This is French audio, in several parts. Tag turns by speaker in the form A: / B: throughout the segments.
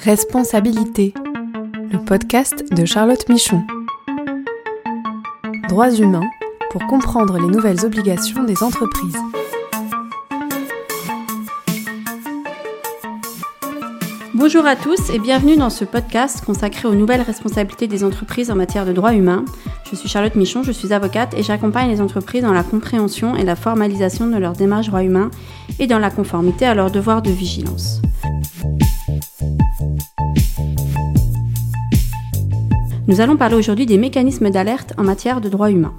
A: Responsabilité, le podcast de Charlotte Michon. Droits humains pour comprendre les nouvelles obligations des entreprises.
B: Bonjour à tous et bienvenue dans ce podcast consacré aux nouvelles responsabilités des entreprises en matière de droits humains. Je suis Charlotte Michon, je suis avocate et j'accompagne les entreprises dans la compréhension et la formalisation de leurs démarches droits humains et dans la conformité à leurs devoirs de vigilance. Nous allons parler aujourd'hui des mécanismes d'alerte en matière de droits humains.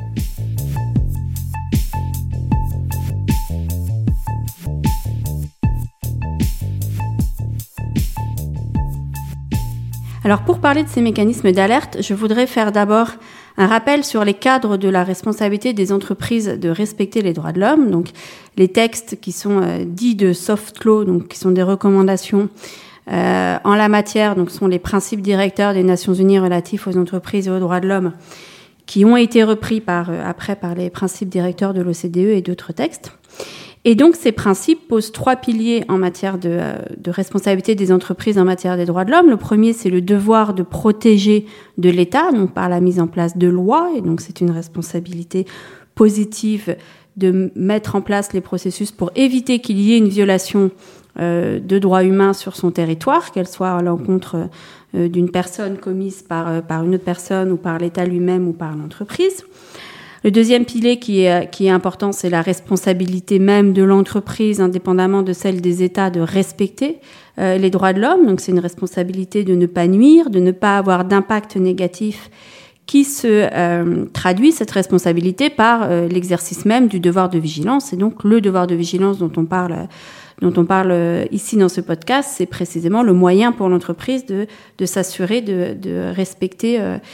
B: Alors pour parler de ces mécanismes d'alerte, je voudrais faire d'abord un rappel sur les cadres de la responsabilité des entreprises de respecter les droits de l'homme. Donc les textes qui sont dits de soft law, donc qui sont des recommandations en la matière, donc sont les principes directeurs des Nations Unies relatifs aux entreprises et aux droits de l'homme, qui ont été repris après par les principes directeurs de l'OCDE et d'autres textes. Et donc, ces principes posent 3 piliers en matière de responsabilité des entreprises en matière des droits de l'homme. Le premier, c'est le devoir de protéger de l'État, donc par la mise en place de lois. Et donc, c'est une responsabilité positive de mettre en place les processus pour éviter qu'il y ait une violation de droits humains sur son territoire, qu'elle soit à l'encontre d'une personne commise par une autre personne ou par l'État lui-même ou par l'entreprise. Le deuxième pilier qui est important, c'est la responsabilité même de l'entreprise, indépendamment de celle des États, de respecter les droits de l'homme. Donc c'est une responsabilité de ne pas nuire, de ne pas avoir d'impact négatif qui se traduit, cette responsabilité, par l'exercice même du devoir de vigilance. Et donc le devoir de vigilance dont on parle ici dans ce podcast, c'est précisément le moyen pour l'entreprise de s'assurer de respecter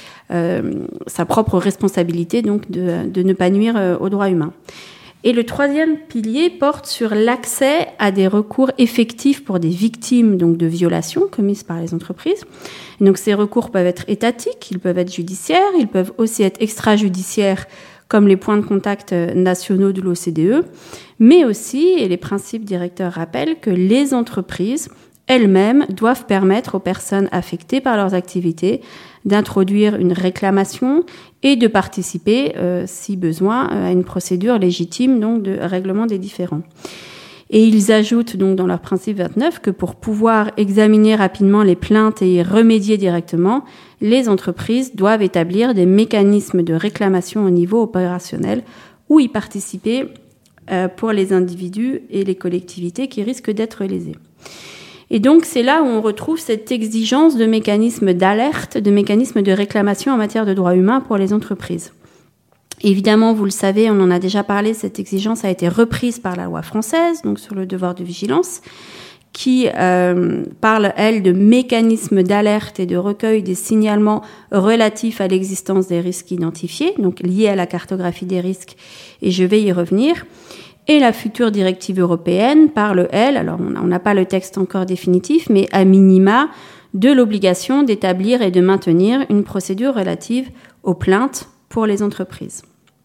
B: sa propre responsabilité, donc de ne pas nuire aux droits humains. Et le troisième pilier porte sur l'accès à des recours effectifs pour des victimes donc de violations commises par les entreprises. Et donc ces recours peuvent être étatiques, ils peuvent être judiciaires, ils peuvent aussi être extrajudiciaires, comme les points de contact nationaux de l'OCDE, mais aussi, et les principes directeurs rappellent, que les entreprises elles-mêmes doivent permettre aux personnes affectées par leurs activités d'introduire une réclamation et de participer, si besoin, à une procédure légitime donc de règlement des différends. Et ils ajoutent donc dans leur principe 29 que pour pouvoir examiner rapidement les plaintes et y remédier directement, les entreprises doivent établir des mécanismes de réclamation au niveau opérationnel ou y participer pour les individus et les collectivités qui risquent d'être lésés. Et donc c'est là où on retrouve cette exigence de mécanismes d'alerte, de mécanismes de réclamation en matière de droits humains pour les entreprises. Évidemment, vous le savez, on en a déjà parlé, cette exigence a été reprise par la loi française, donc sur le devoir de vigilance, qui parle, elle, de mécanismes d'alerte et de recueil des signalements relatifs à l'existence des risques identifiés, donc liés à la cartographie des risques, et je vais y revenir. Et la future directive européenne parle, elle, alors on n'a pas le texte encore définitif, mais à minima, de l'obligation d'établir et de maintenir une procédure relative aux plaintes pour les entreprises.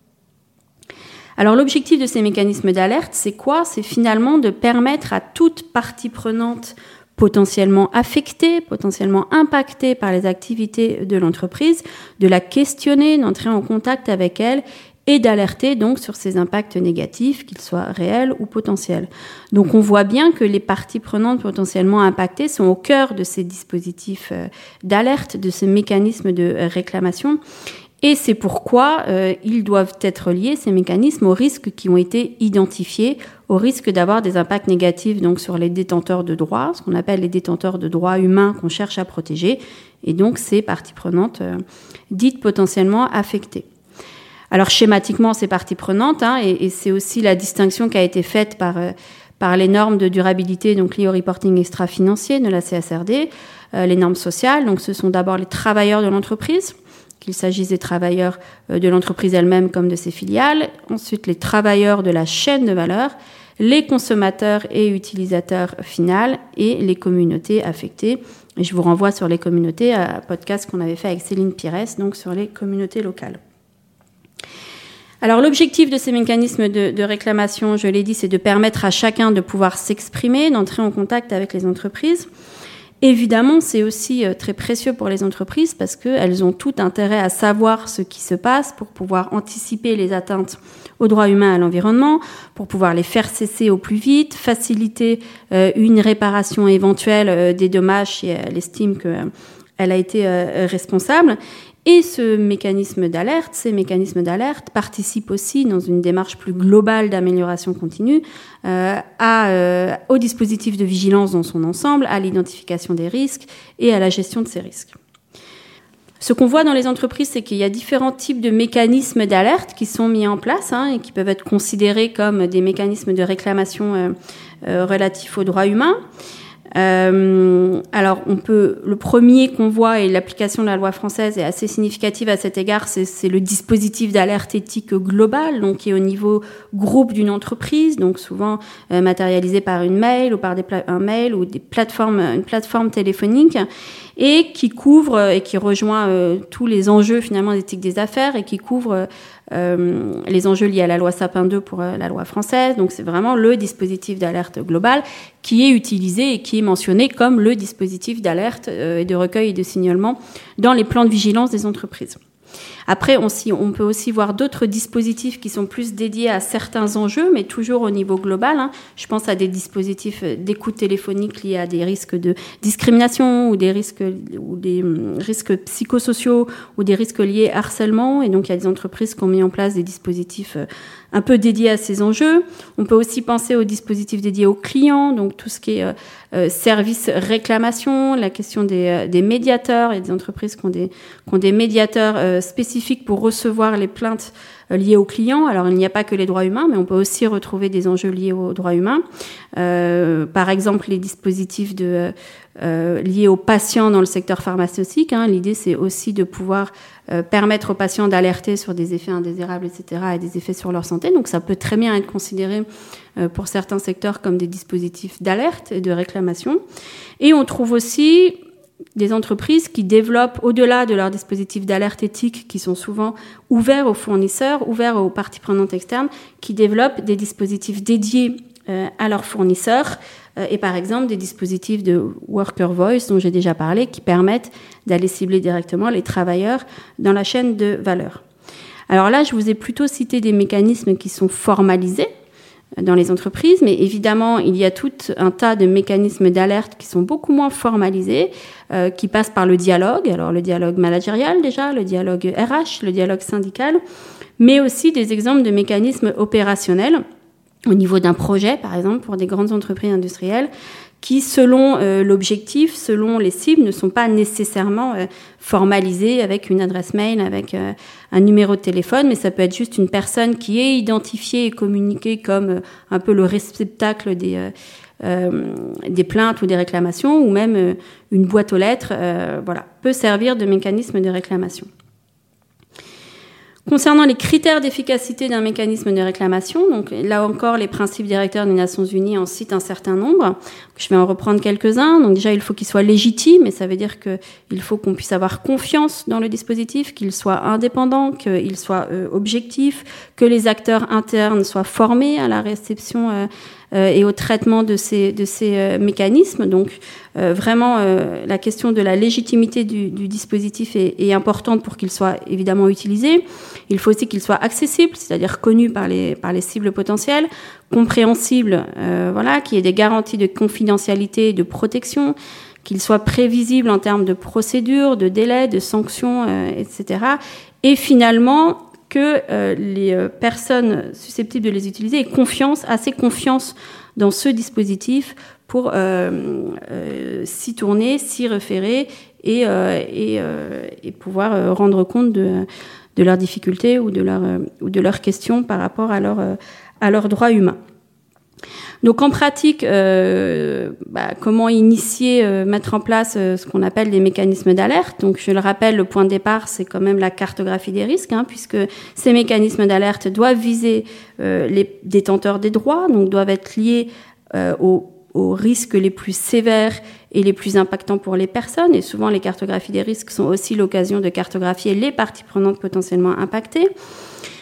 B: Alors l'objectif de ces mécanismes d'alerte, c'est quoi ? C'est finalement de permettre à toute partie prenante potentiellement affectée, potentiellement impactée par les activités de l'entreprise, de la questionner, d'entrer en contact avec elle et d'alerter donc sur ces impacts négatifs, qu'ils soient réels ou potentiels. Donc on voit bien que les parties prenantes potentiellement impactées sont au cœur de ces dispositifs d'alerte, de ces mécanismes de réclamation. Et c'est pourquoi ils doivent être liés, ces mécanismes, aux risques qui ont été identifiés, au risque d'avoir des impacts négatifs donc sur les détenteurs de droits, ce qu'on appelle les détenteurs de droits humains qu'on cherche à protéger, et donc ces parties prenantes dites potentiellement affectées. Alors schématiquement, ces parties prenantes, et c'est aussi la distinction qui a été faite par les normes de durabilité donc liées au reporting extra-financier de la CSRD, les normes sociales, donc ce sont d'abord les travailleurs de l'entreprise, qu'il s'agisse des travailleurs de l'entreprise elle-même comme de ses filiales, ensuite les travailleurs de la chaîne de valeur, les consommateurs et utilisateurs finaux et les communautés affectées. Et je vous renvoie sur les communautés à un podcast qu'on avait fait avec Céline Pires, donc sur les communautés locales. Alors l'objectif de ces mécanismes de réclamation, je l'ai dit, c'est de permettre à chacun de pouvoir s'exprimer, d'entrer en contact avec les entreprises. Évidemment, c'est aussi très précieux pour les entreprises parce qu'elles ont tout intérêt à savoir ce qui se passe pour pouvoir anticiper les atteintes aux droits humains et à l'environnement, pour pouvoir les faire cesser au plus vite, faciliter une réparation éventuelle des dommages si elle estime qu'elle a été responsable. Et ces mécanismes d'alerte participent aussi, dans une démarche plus globale d'amélioration continue, au dispositif de vigilance dans son ensemble, à l'identification des risques et à la gestion de ces risques. Ce qu'on voit dans les entreprises, c'est qu'il y a différents types de mécanismes d'alerte qui sont mis en place et qui peuvent être considérés comme des mécanismes de réclamation relatifs aux droits humains. Alors, le premier qu'on voit, et l'application de la loi française est assez significative à cet égard, c'est le dispositif d'alerte éthique global, donc qui est au niveau groupe d'une entreprise, donc souvent matérialisé par une mail ou par un mail ou une plateforme téléphonique, et qui couvre et qui rejoint tous les enjeux finalement d'éthique des affaires et qui couvre les enjeux liés à la loi Sapin 2 pour la loi française. Donc c'est vraiment le dispositif d'alerte global qui est utilisé et qui est mentionné comme le dispositif d'alerte et de recueil et de signalement dans les plans de vigilance des entreprises. Après, on peut aussi voir d'autres dispositifs qui sont plus dédiés à certains enjeux, mais toujours au niveau global. Je pense à des dispositifs d'écoute téléphonique liés à des risques de discrimination ou des risques psychosociaux ou des risques liés à harcèlement. Et donc, il y a des entreprises qui ont mis en place des dispositifs un peu dédiés à ces enjeux. On peut aussi penser aux dispositifs dédiés aux clients, donc tout ce qui est service réclamation, la question des médiateurs. Il y a des entreprises qui ont des médiateurs spécifiques pour recevoir les plaintes liées aux clients. Alors, il n'y a pas que les droits humains, mais on peut aussi retrouver des enjeux liés aux droits humains. Par exemple, les dispositifs liés aux patients dans le secteur pharmaceutique. L'idée, c'est aussi de pouvoir permettre aux patients d'alerter sur des effets indésirables, etc., et des effets sur leur santé. Donc, ça peut très bien être considéré pour certains secteurs comme des dispositifs d'alerte et de réclamation. Et on trouve aussi des entreprises qui développent, au-delà de leurs dispositifs d'alerte éthique, qui sont souvent ouverts aux fournisseurs, ouverts aux parties prenantes externes, qui développent des dispositifs dédiés à leurs fournisseurs, et par exemple des dispositifs de Worker Voice dont j'ai déjà parlé, qui permettent d'aller cibler directement les travailleurs dans la chaîne de valeur. Alors là, je vous ai plutôt cité des mécanismes qui sont formalisés dans les entreprises, mais évidemment, il y a tout un tas de mécanismes d'alerte qui sont beaucoup moins formalisés, qui passent par le dialogue. Alors le dialogue managérial déjà, le dialogue RH, le dialogue syndical, mais aussi des exemples de mécanismes opérationnels au niveau d'un projet, par exemple, pour des grandes entreprises industrielles, qui, selon l'objectif, selon les cibles, ne sont pas nécessairement formalisés avec une adresse mail, avec un numéro de téléphone, mais ça peut être juste une personne qui est identifiée et communiquée comme un peu le réceptacle des plaintes ou des réclamations, ou même une boîte aux lettres, peut servir de mécanisme de réclamation. Concernant les critères d'efficacité d'un mécanisme de réclamation, donc là encore, les principes directeurs des Nations Unies en citent un certain nombre. Je vais en reprendre quelques-uns. Donc déjà, il faut qu'il soit légitime, et ça veut dire qu'il faut qu'on puisse avoir confiance dans le dispositif, qu'il soit indépendant, qu'il soit objectif, que les acteurs internes soient formés à la réception et au traitement de ces mécanismes. Donc vraiment, la question de la légitimité du dispositif est importante pour qu'il soit évidemment utilisé. Il faut aussi qu'il soit accessible, c'est-à-dire connu par les cibles potentielles, compréhensible, qu'il y ait des garanties de confidentialité et de protection, qu'il soit prévisible en termes de procédures, de délais, de sanctions, etc. Et finalement, que les personnes susceptibles de les utiliser aient assez confiance dans ce dispositif pour s'y tourner, s'y référer et pouvoir rendre compte de leurs difficultés ou de leurs questions par rapport à leurs droits humains. Donc en pratique, comment initier, mettre en place ce qu'on appelle des mécanismes d'alerte. Donc je le rappelle, le point de départ, c'est quand même la cartographie des risques, puisque ces mécanismes d'alerte doivent viser les détenteurs des droits, donc doivent être liés aux risques les plus sévères et les plus impactants pour les personnes. Et souvent, les cartographies des risques sont aussi l'occasion de cartographier les parties prenantes potentiellement impactées.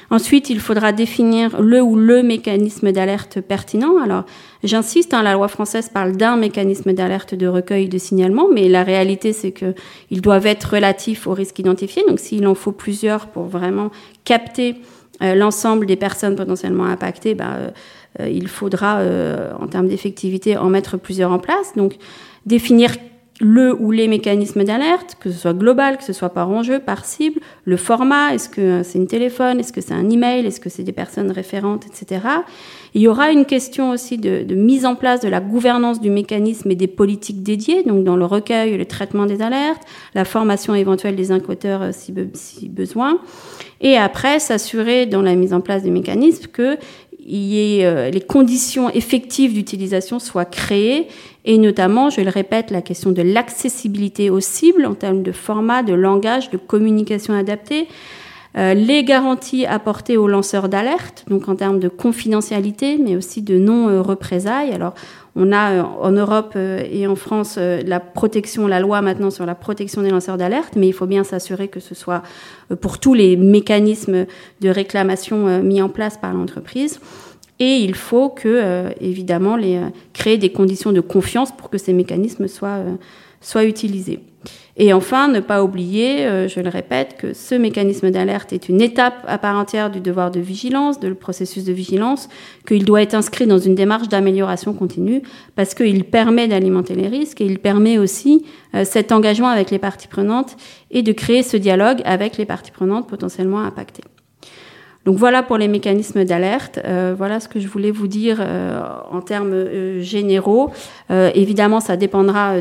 B: Ensuite, il faudra définir le mécanisme d'alerte pertinent. Alors, j'insiste, la loi française parle d'un mécanisme d'alerte de recueil de signalement, mais la réalité, c'est qu'ils doivent être relatifs aux risques identifiés. Donc, s'il en faut plusieurs pour vraiment capter l'ensemble des personnes potentiellement impactées, il faudra, en termes d'effectivité, en mettre plusieurs en place. Donc, définir le ou les mécanismes d'alerte, que ce soit global, que ce soit par enjeu, par cible, le format, est-ce que c'est un téléphone, est-ce que c'est un email, est-ce que c'est des personnes référentes, etc. Il y aura une question aussi de mise en place de la gouvernance du mécanisme et des politiques dédiées, donc dans le recueil et le traitement des alertes, la formation éventuelle des enquêteurs si besoin, et après s'assurer dans la mise en place des mécanismes que les conditions effectives d'utilisation soient créées, et notamment, je le répète, la question de l'accessibilité aux cibles en termes de format, de langage, de communication adaptée, les garanties apportées aux lanceurs d'alerte, donc en termes de confidentialité, mais aussi de non-représailles. Alors, on a en Europe et en France la loi maintenant sur la protection des lanceurs d'alerte, mais il faut bien s'assurer que ce soit pour tous les mécanismes de réclamation mis en place par l'entreprise. Et il faut évidemment, créer des conditions de confiance pour que ces mécanismes soient utilisés. Et enfin, ne pas oublier, je le répète, que ce mécanisme d'alerte est une étape à part entière du devoir de vigilance, du processus de vigilance, qu'il doit être inscrit dans une démarche d'amélioration continue, parce qu'il permet d'alimenter les risques et il permet aussi cet engagement avec les parties prenantes et de créer ce dialogue avec les parties prenantes potentiellement impactées. Donc voilà pour les mécanismes d'alerte. Voilà ce que je voulais vous dire en termes généraux. Évidemment, ça dépendra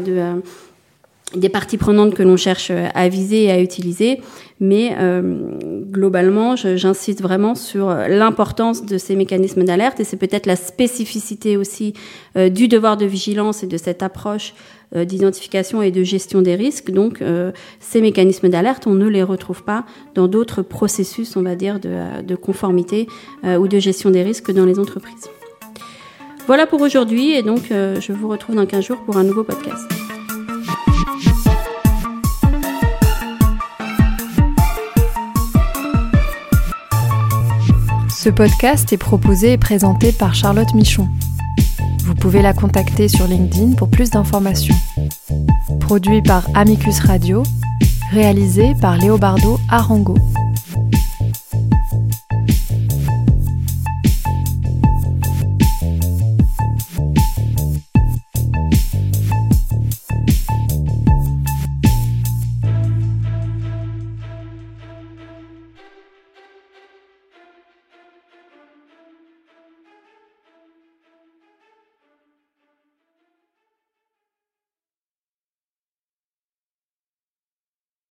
B: des parties prenantes que l'on cherche à viser et à utiliser, mais globalement, j'insiste vraiment sur l'importance de ces mécanismes d'alerte, et c'est peut-être la spécificité aussi du devoir de vigilance et de cette approche d'identification et de gestion des risques. Donc, ces mécanismes d'alerte, on ne les retrouve pas dans d'autres processus, on va dire, de conformité ou de gestion des risques dans les entreprises. Voilà pour aujourd'hui, et donc je vous retrouve dans 15 jours pour un nouveau podcast.
A: Ce podcast est proposé et présenté par Charlotte Michon. Vous pouvez la contacter sur LinkedIn pour plus d'informations. Produit par Amicus Radio, réalisé par Léobardo Arango.